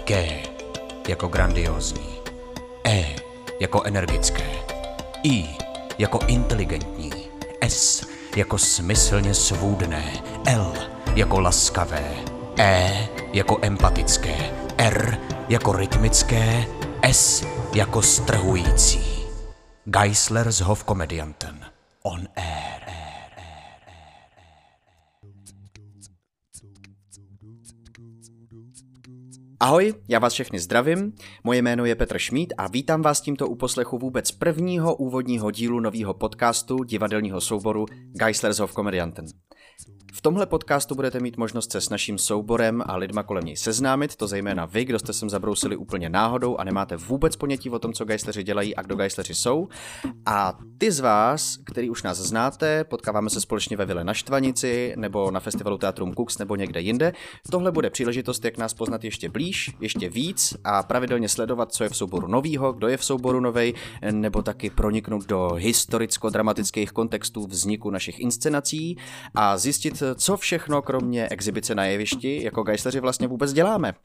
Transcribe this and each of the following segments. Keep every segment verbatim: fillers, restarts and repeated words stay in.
G jako grandiózní, E jako energické, I jako inteligentní, S jako smyslně svůdné, L jako laskavé, E jako empatické, R jako rytmické, S jako strhující. Geisler's Hofkomedianten. On air. Ahoj, já vás všechny zdravím, moje jméno je Petr Šmíd a vítám vás tímto u poslechu vůbec prvního úvodního dílu nového podcastu divadelního souboru Geisler's Hofkomedianten. V tomhle podcastu budete mít možnost se s naším souborem a lidma kolem něj seznámit, to zejména vy, kdo jste sem zabrousili úplně náhodou a nemáte vůbec ponětí o tom, co Geisleři dělají a kdo Geisleři jsou. A ty z vás, který už nás znáte, potkáváme se společně ve Vile na Štvanici nebo na festivalu Teatrum Kux nebo někde jinde. Tohle bude příležitost, jak nás poznat ještě blíž, ještě víc a pravidelně sledovat, co je v souboru novýho, kdo je v souboru novej, nebo taky proniknout do historicko-dramatických kontextů vzniku našich inscenací a zjistit, co všechno kromě exibice na jevišti jako Geisleři vlastně vůbec děláme.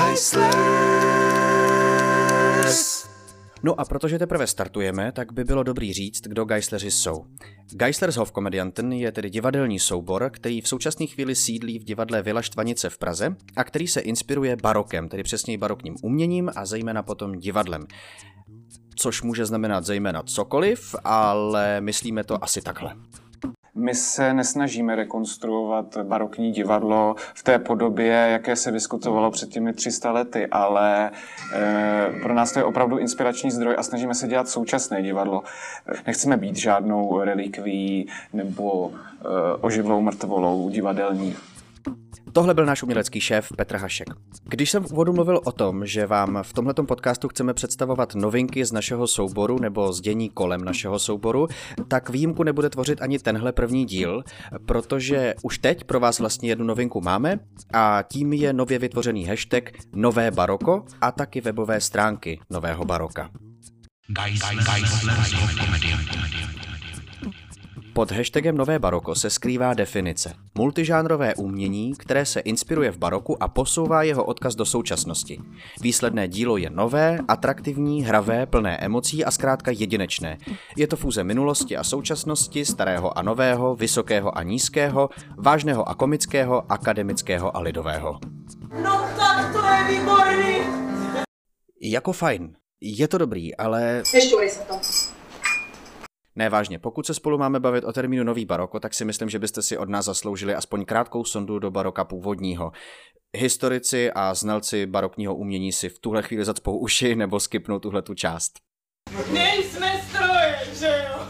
Geislers! No a protože teprve startujeme, tak by bylo dobrý říct, kdo Geisleři jsou. Geisler's Hofkomedianten je tedy divadelní soubor, který v současné chvíli sídlí v divadle Vila Štvanice v Praze a který se inspiruje barokem, tedy přesněji barokním uměním a zejména potom divadlem. Což může znamenat zejména cokoliv, ale myslíme to asi takhle. My se nesnažíme rekonstruovat barokní divadlo v té podobě, jaké se diskutovalo před těmi tři sta lety, ale e, pro nás to je opravdu inspirační zdroj a snažíme se dělat současné divadlo. Nechceme být žádnou relikví nebo e, oživlou mrtvolou divadelní. Tohle byl náš umělecký šéf Petr Hašek. Když jsem v úvodu mluvil o tom, že vám v tomhletom podcastu chceme představovat novinky z našeho souboru nebo z dění kolem našeho souboru, tak výjimku nebude tvořit ani tenhle první díl, protože už teď pro vás vlastně jednu novinku máme a tím je nově vytvořený hashtag Nové baroko a taky webové stránky Nového baroka. Pod hashtagem Nové baroko se skrývá definice. Multižánrové umění, které se inspiruje v baroku a posouvá jeho odkaz do současnosti. Výsledné dílo je nové, atraktivní, hravé, plné emocí a zkrátka jedinečné. Je to fúze minulosti a současnosti, starého a nového, vysokého a nízkého, vážného a komického, akademického a lidového. No tak to je výborný! Jako fajn. Je to dobrý, ale... Nešťourej se tam. Ne, vážně, pokud se spolu máme bavit o termínu nový baroko, tak si myslím, že byste si od nás zasloužili aspoň krátkou sondu do baroka původního. Historici a znalci barokního umění si v tuhle chvíli zacpou uši nebo skipnou tuhle tu část. Nejsme stroje, že jo?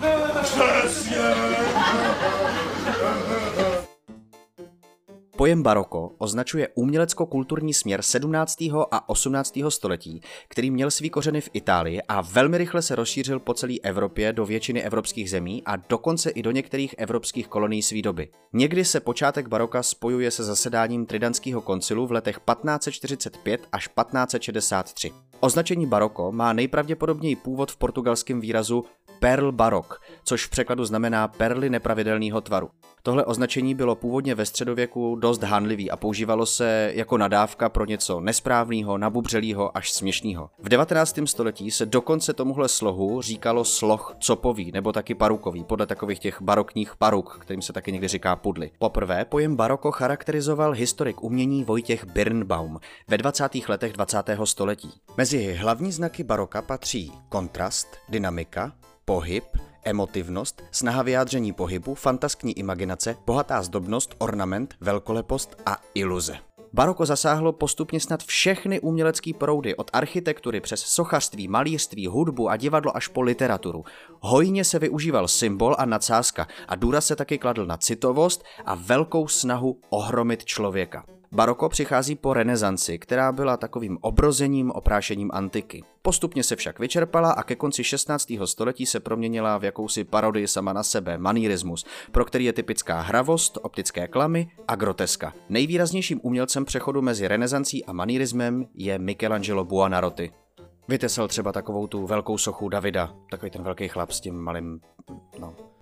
Pojem baroko označuje umělecko-kulturní směr sedmnáctého a osmnáctého století, který měl svý kořeny v Itálii a velmi rychle se rozšířil po celé Evropě do většiny evropských zemí a dokonce i do některých evropských kolonií své doby. Někdy se počátek baroka spojuje se zasedáním Tridentského koncilu v letech patnáct set čtyřicet pět až patnáct set šedesát tři. Označení baroko má nejpravděpodobněji původ v portugalském výrazu perl barok, což v překladu znamená perly nepravidelného tvaru. Tohle označení bylo původně ve středověku dost hanlivý a používalo se jako nadávka pro něco nesprávného, nabubřelého až směšného. V devatenáctém století se dokonce tomuhle slohu říkalo sloh copový nebo taky parukový, podle takových těch barokních paruk, kterým se taky někdy říká pudly. Poprvé pojem baroko charakterizoval historik umění Vojtěch Birnbaum ve dvacátých letech dvacátého století. Mezi hlavní znaky baroka patří kontrast, dynamika, pohyb, emotivnost, snaha vyjádření pohybu, fantaskní imaginace, bohatá zdobnost, ornament, velkolepost a iluze. Baroko zasáhlo postupně snad všechny umělecké proudy, od architektury přes sochařství, malířství, hudbu a divadlo až po literaturu. Hojně se využíval symbol a nadsázka a důraz se taky kladl na citovost a velkou snahu ohromit člověka. Baroko přichází po renesanci, která byla takovým obrozením, oprášením antiky. Postupně se však vyčerpala a ke konci šestnáctého století se proměnila v jakousi parodii sama na sebe, manýrismus, pro který je typická hravost, optické klamy a groteska. Nejvýraznějším umělcem přechodu mezi renesancí a manýrismem je Michelangelo Buonarroti. Vytesal třeba takovou tu velkou sochu Davida, takový ten velký chlap s tím malým, no,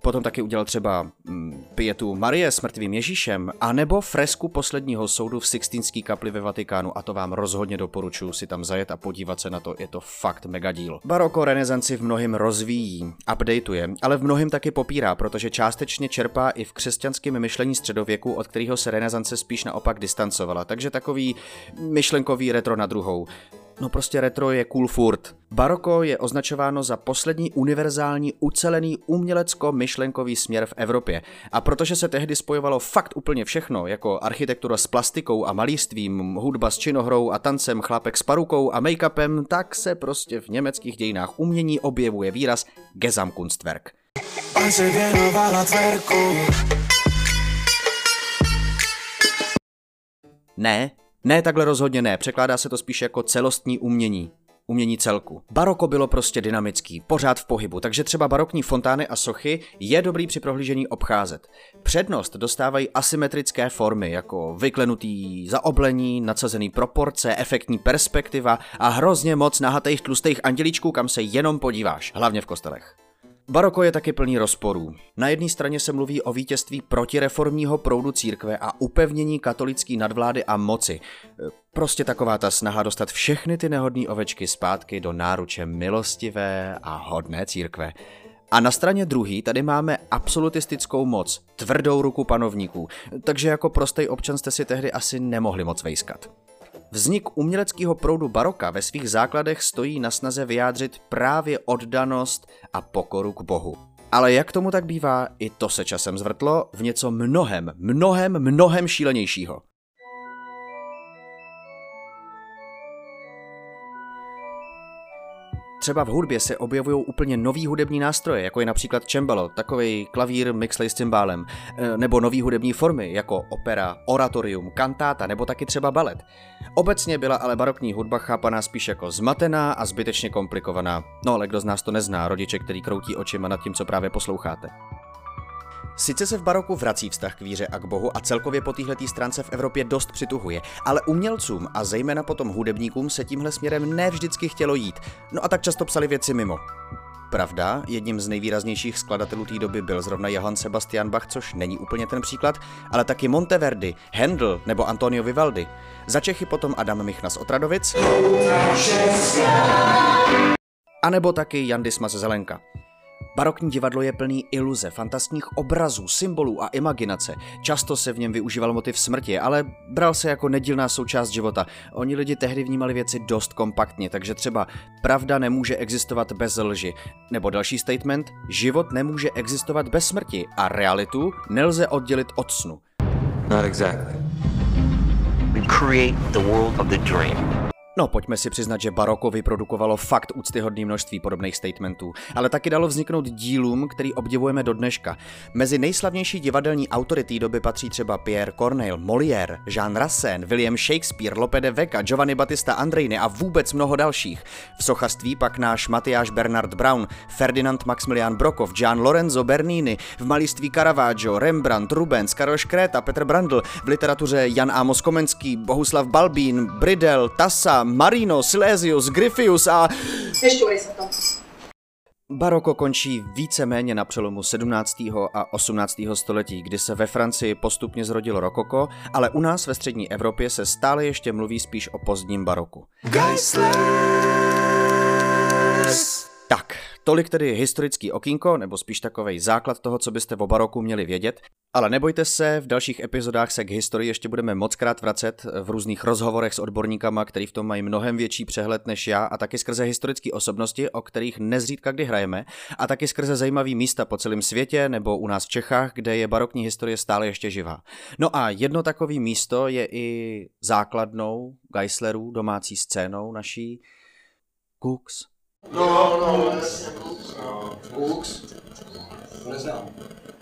Potom taky udělal třeba mm, pietu Marie s mrtvým Ježíšem, anebo fresku posledního soudu v Sixtínské kapli ve Vatikánu a to vám rozhodně doporučuji si tam zajet a podívat se na to, je to fakt mega díl. Baroko renesanci v mnohém rozvíjí, updateuje, ale v mnohém taky popírá, protože částečně čerpá i v křesťanském myšlení středověku, od kterého se renesance spíš naopak distancovala, takže takový myšlenkový retro na druhou. No prostě retro je cool furt. Baroko je označováno za poslední univerzální ucelený umělecko-myšlenkový směr v Evropě. A protože se tehdy spojovalo fakt úplně všechno, jako architektura s plastikou a malířstvím, hudba s činohrou a tancem, chlápek s parukou a make-upem, tak se prostě v německých dějinách umění objevuje výraz Gesamtkunstwerk. Ne, ne, takhle rozhodně ne, překládá se to spíš jako celostní umění. Umění celku. Baroko bylo prostě dynamický, pořád v pohybu, takže třeba barokní fontány a sochy je dobrý při prohlížení obcházet. Přednost dostávají asymetrické formy, jako vyklenutý zaoblení, nadsazený proporce, efektní perspektiva a hrozně moc nahatých tlustých andělíčků, kam se jenom podíváš, hlavně v kostelech. Baroko je taky plný rozporů. Na jedné straně se mluví o vítězství protireformního proudu církve a upevnění katolické nadvlády a moci. Prostě taková ta snaha dostat všechny ty nehodné ovečky zpátky do náruče milostivé a hodné církve. A na straně druhý tady máme absolutistickou moc, tvrdou ruku panovníků, takže jako prostý občan jste si tehdy asi nemohli moc vejskat. Vznik uměleckého proudu baroka ve svých základech stojí na snaze vyjádřit právě oddanost a pokoru k Bohu. Ale jak tomu tak bývá, i to se časem zvrtlo v něco mnohem, mnohem, mnohem šílenějšího. Třeba v hudbě se objevují úplně nový hudební nástroje, jako je například cembalo, takovej klavír mixlej s cymbálem, nebo nový hudební formy, jako opera, oratorium, kantáta, nebo taky třeba balet. Obecně byla ale barokní hudba chápaná spíš jako zmatená a zbytečně komplikovaná. No ale kdo z nás to nezná, rodiče, který kroutí očima nad tím, co právě posloucháte. Sice se v baroku vrací vztah k víře a k Bohu a celkově po téhletý stránce v Evropě dost přituhuje, ale umělcům a zejména potom hudebníkům se tímhle směrem ne vždycky chtělo jít, no a tak často psali věci mimo. Pravda, jedním z nejvýraznějších skladatelů té doby byl zrovna Johann Sebastian Bach, což není úplně ten příklad, ale taky Monteverdi, Handel nebo Antonio Vivaldi. Za Čechy potom Adam Michna z Otradovic. A nebo taky Jan Disma ze Zelenka. Barokní divadlo je plný iluze, fantastních obrazů, symbolů a imaginace. Často se v něm využíval motiv smrti, ale bral se jako nedílná součást života. Oni lidi tehdy vnímali věci dost kompaktně, takže třeba pravda nemůže existovat bez lži. Nebo další statement, život nemůže existovat bez smrti a realitu nelze oddělit od snu. Not exactly. We create the world of the dream. No, pojďme si přiznat, že baroko vyprodukovalo fakt úctyhodné množství podobných statementů, ale taky dalo vzniknout dílům, který obdivujeme do dneška. Mezi nejslavnější divadelní autory té doby patří třeba Pierre Corneille, Molière, Jean Racine, William Shakespeare, Lope de Vega, Giovanni Battista Andreini a vůbec mnoho dalších. V sochařství pak náš Matyáš Bernard Braun, Ferdinand Maximilian Brockov, Gian Lorenzo Bernini, v malířství Caravaggio, Rembrandt, Rubens, Karel Škréta, Petr Brandl, v literatuře Jan Amos Komenský, Bohuslav Balbín, Bridel, Tassa, Marino, Silesius, Gryphius a... Nešťourej se tam. Baroko končí víceméně na přelomu sedmnáctého a osmnáctého století, kdy se ve Francii postupně zrodilo rokoko, ale u nás ve střední Evropě se stále ještě mluví spíš o pozdním baroku. Geistlers. Tak, tolik tedy historický okýnko, nebo spíš takovej základ toho, co byste o baroku měli vědět. Ale nebojte se, v dalších epizodách se k historii ještě budeme mockrát vracet v různých rozhovorech s odborníkama, který v tom mají mnohem větší přehled než já, a taky skrze historické osobnosti, o kterých nezřídka kdy hrajeme, a taky skrze zajímavý místa po celém světě nebo u nás v Čechách, kde je barokní historie stále ještě živá. No a jedno takové místo je i základnou Geislerů, domácí scénou naší Kux. No, no, Kux. Neznám.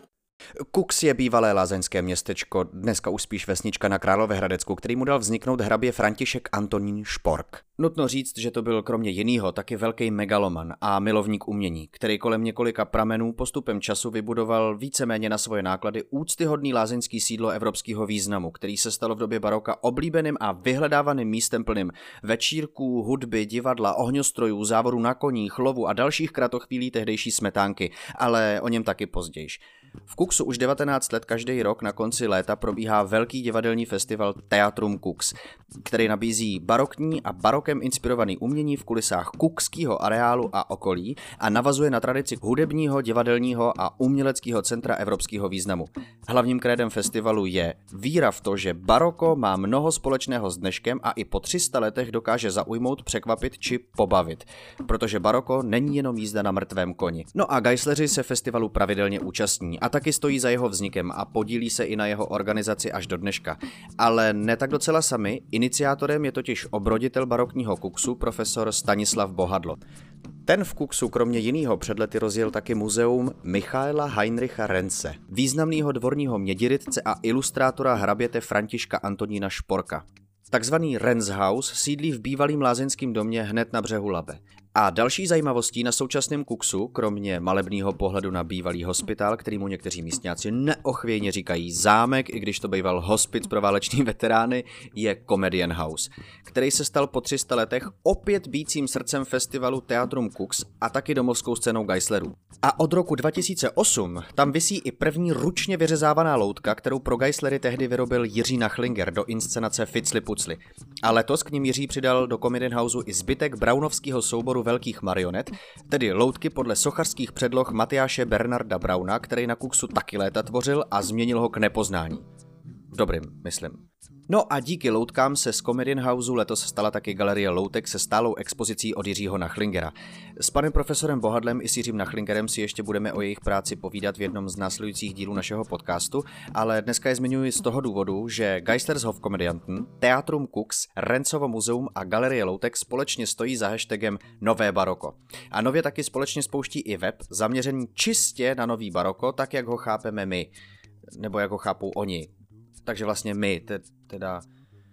Kux je bývalé lázeňské městečko, dneska už spíš vesnička na Královéhradecku, který mu dal vzniknout hrabě František Antonín Špork. Nutno říct, že to byl kromě jinýho taky velký megaloman a milovník umění, který kolem několika pramenů postupem času vybudoval víceméně na svoje náklady úctyhodný lázeňský sídlo evropského významu, který se stalo v době baroka oblíbeným a vyhledávaným místem plným večírků, hudby, divadla, ohňostrojů, závodů na koních, lovu a dalších kratochvílí tehdejší smetánky, ale o něm taky později. V Kuxu už devatenáct let každý rok na konci léta probíhá velký divadelní festival Teatrum Kux, který nabízí barokní a barokem inspirovaný umění v kulisách kuxského areálu a okolí a navazuje na tradici hudebního, divadelního a uměleckého centra evropského významu. Hlavním krédem festivalu je víra v to, že baroko má mnoho společného s dneškem a i po tři sta letech dokáže zaujmout, překvapit či pobavit, protože baroko není jenom jízda na mrtvém koni. No a Geisleři se festivalu pravidelně účastní a taky stojí za jeho vznikem a podílí se i na jeho organizaci až do dneška. Ale ne tak docela sami, iniciátorem je totiž obroditel barokního Kuxu profesor Stanislav Bohadlo. Ten v Kuxu kromě jinýho před lety rozjel taky muzeum Michaela Heinricha Renze, významného dvorního mědirytce a ilustrátora hraběte Františka Antonína Šporka. Takzvaný Renz House sídlí v bývalým lázeňském domě hned na břehu Labe. A další zajímavostí na současném Kuxu, kromě malebného pohledu na bývalý hospitál, kterýmu někteří místňáci neochvějně říkají zámek, i když to býval hospic pro váleční veterány, je Comedian House, který se stal po tři sta letech opět bícím srdcem festivalu Teatrum Kux a taky domovskou scénou Geislerů. A od roku dva tisíce osm tam visí i první ručně vyřezávaná loutka, kterou pro Geislery tehdy vyrobil Jiří Nachlinger do inscenace Ficli Pucli. A letos k nim Jiří přidal do Comedian Houseu i zbytek braunovského souboru velkých marionet, tedy loutky podle sochařských předloh Matyáše Bernarda Brauna, který na Kuxu taky léta tvořil a změnil ho k nepoznání. V dobrým, myslím. No a díky loutkám se z Comedian Houseu letos stala taky galerie loutek se stálou expozicí od Jiřího Nachlingera. S panem profesorem Bohadlem i s Jiřím Nachlingerem si ještě budeme o jejich práci povídat v jednom z následujících dílů našeho podcastu, ale dneska je zmiňuji z toho důvodu, že Geislershof Komedianten, Teatrum Kux, Renzovo muzeum a galerie loutek společně stojí za hashtagem Nové baroko. A nově taky společně spouští i web zaměřený čistě na nový baroko, tak jak ho chápeme my, nebo jak ho chápou oni. Takže vlastně my, te, teda,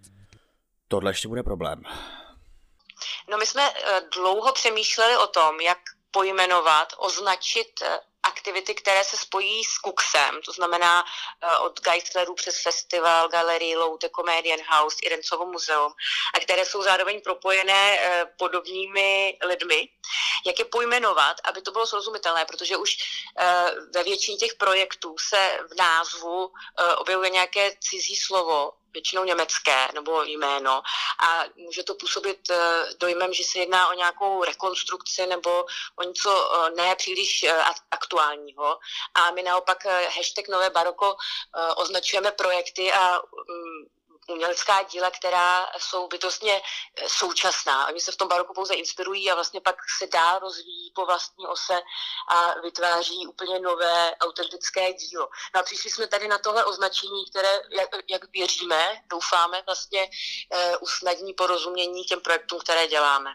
tohle ještě bude problém. No my jsme dlouho přemýšleli o tom, jak pojmenovat, označit aktivity, které se spojí s Kuxem, to znamená od Geislerů přes festival, galerii, loutek, Comedian House i Renzovo muzeum, a které jsou zároveň propojené podobnými lidmi. Jak je pojmenovat, aby to bylo srozumitelné, protože už ve většině těch projektů se v názvu objevuje nějaké cizí slovo, většinou německé nebo jméno, a může to působit dojmem, že se jedná o nějakou rekonstrukci nebo o něco ne příliš aktuálního. A my naopak hashtag Nové baroko označujeme projekty a umělecká díla, která jsou bytostně současná. Oni se v tom baroku pouze inspirují a vlastně pak se dál rozvíjí po vlastní ose a vytváří úplně nové autentické dílo. No a přišli jsme tady na tohle označení, které, jak, jak věříme, doufáme, vlastně eh, usnadní porozumění těm projektům, které děláme.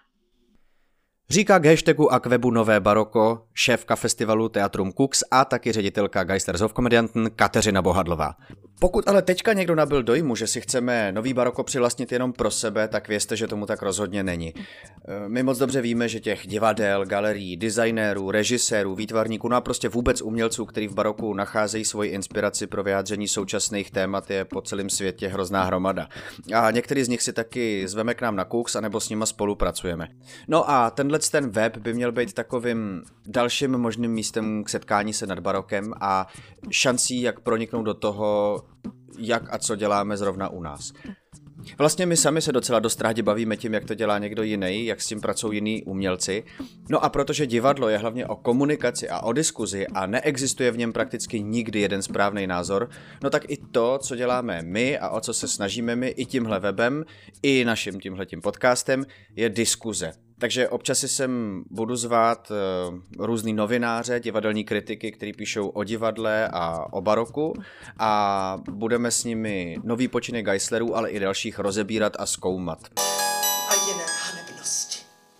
Říká k hashtagu a k webu Nové baroko šéfka festivalu Teatrum Kux a taky ředitelka Geislershof Komedianten Kateřina Bohadlová. Pokud ale teďka někdo nabyl dojmu, že si chceme nový baroko přivlastnit jenom pro sebe, tak vězte, že tomu tak rozhodně není. My moc dobře víme, že těch divadel, galerií, designérů, režisérů, výtvarníků, no a prostě vůbec umělců, kteří v baroku nacházejí svoji inspiraci pro vyjádření současných témat, je po celém světě hrozná hromada. A některý z nich si taky zveme k nám na Kux, anebo s nima spolupracujeme. No a tenhle ten web by měl být takovým dalším možným místem k setkání se nad barokem a šancí, jak proniknout do toho, jak a co děláme zrovna u nás. Vlastně my sami se docela dost rádi bavíme tím, jak to dělá někdo jiný, jak s tím pracují jiní umělci. No a protože divadlo je hlavně o komunikaci a o diskuzi a neexistuje v něm prakticky nikdy jeden správný názor, no tak i to, co děláme my a o co se snažíme my i tímhle webem, i naším tímhletím podcastem, je diskuze. Takže občas si sem budu zvát uh, různý novináře, divadelní kritiky, kteří píšou o divadle a o baroku, a budeme s nimi nový počiny Geislerů, ale i dalších rozebírat a zkoumat. A jiné hanebnosti.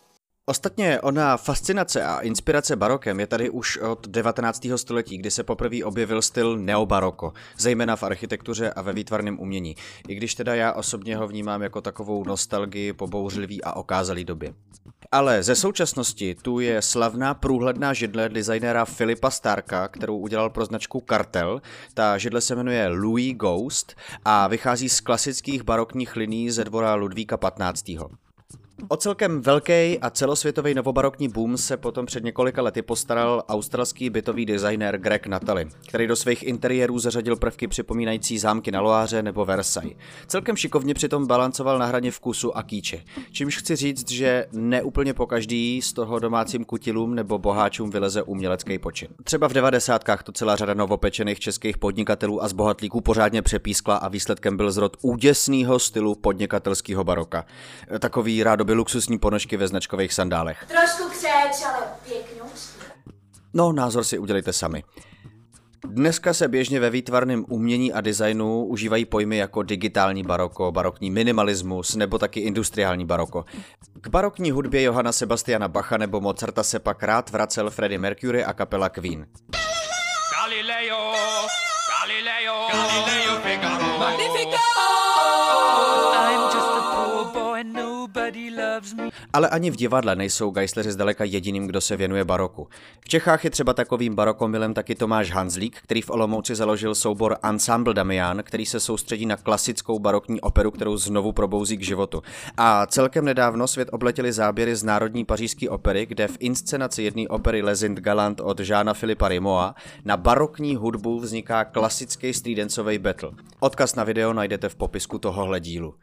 Ostatně ona fascinace a inspirace barokem je tady už od devatenáctého století, kdy se poprvé objevil styl neobaroko, zejména v architektuře a ve výtvarném umění, i když teda já osobně ho vnímám jako takovou nostalgii po bouřlivý a okázalý době. Ale ze současnosti tu je slavná průhledná židle designéra Philippa Starka, kterou udělal pro značku Kartel. Ta židle se jmenuje Louis Ghost a vychází z klasických barokních linií ze dvora Ludvíka patnáctého. O celkem velký a celosvětový novobarokní boom se potom před několika lety postaral australský bytový designér Greg Natali, který do svých interiérů zařadil prvky připomínající zámky na Loáře nebo Versailles. Celkem šikovně přitom balancoval na hraně vkusu a kýče, čímž chci říct, že neúplně pokaždý z toho domácím kutilům nebo boháčům vyleze umělecký počin. Třeba v devadesátkách to celá řada novopečených českých podnikatelů a zbohatlíků pořádně přepískla a výsledkem byl zrod úděsného stylu podnikatelského baroka. Takový rádoby luxusní ponožky ve značkových sandálech. Trošku křeč, ale pěkňoučky. No, názor si udělejte sami. Dneska se běžně ve výtvarném umění a designu užívají pojmy jako digitální baroko, barokní minimalismus nebo taky industriální baroko. K barokní hudbě Johanna Sebastiana Bacha nebo Mozarta se pak rád vracel Freddie Mercury a kapela Queen. Galileo, Galileo, Galileo Figaro. Magnifico! I'm just a poor boy, nobody loves me. Ale ani v divadle nejsou Geisleři zdaleka jediným, kdo se věnuje baroku. V Čechách je třeba takovým barokomilem taky Tomáš Hanzlík, který v Olomouci založil soubor Ensemble Damian, který se soustředí na klasickou barokní operu, kterou znovu probouzí k životu. A celkem nedávno svět obletěli záběry z Národní pařížské opery, kde v inscenaci jedné opery Les Indes Galant od Jeana Philippa Rimoa na barokní hudbu vzniká klasický streetdancový battle. Odkaz na video najdete v popisku tohohle dílu.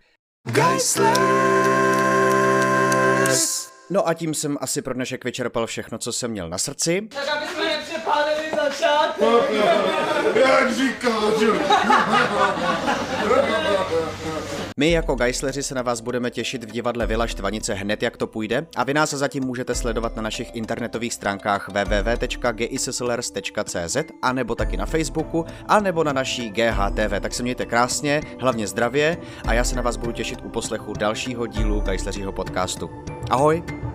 Geislers. No a tím jsem asi pro dnešek vyčerpal všechno, co jsem měl na srdci. Tak aby jsme nepřepálili začátek. Jak říkáš? My jako Geisleři se na vás budeme těšit v divadle Vila Štvanice hned, jak to půjde, a vy nás zatím můžete sledovat na našich internetových stránkách w w w tečka gislers tečka c z a nebo taky na Facebooku, a nebo na naší G H T V. Tak se mějte krásně, hlavně zdravě, a já se na vás budu těšit u poslechu dalšího dílu Geisleřího podcastu. Ahoj!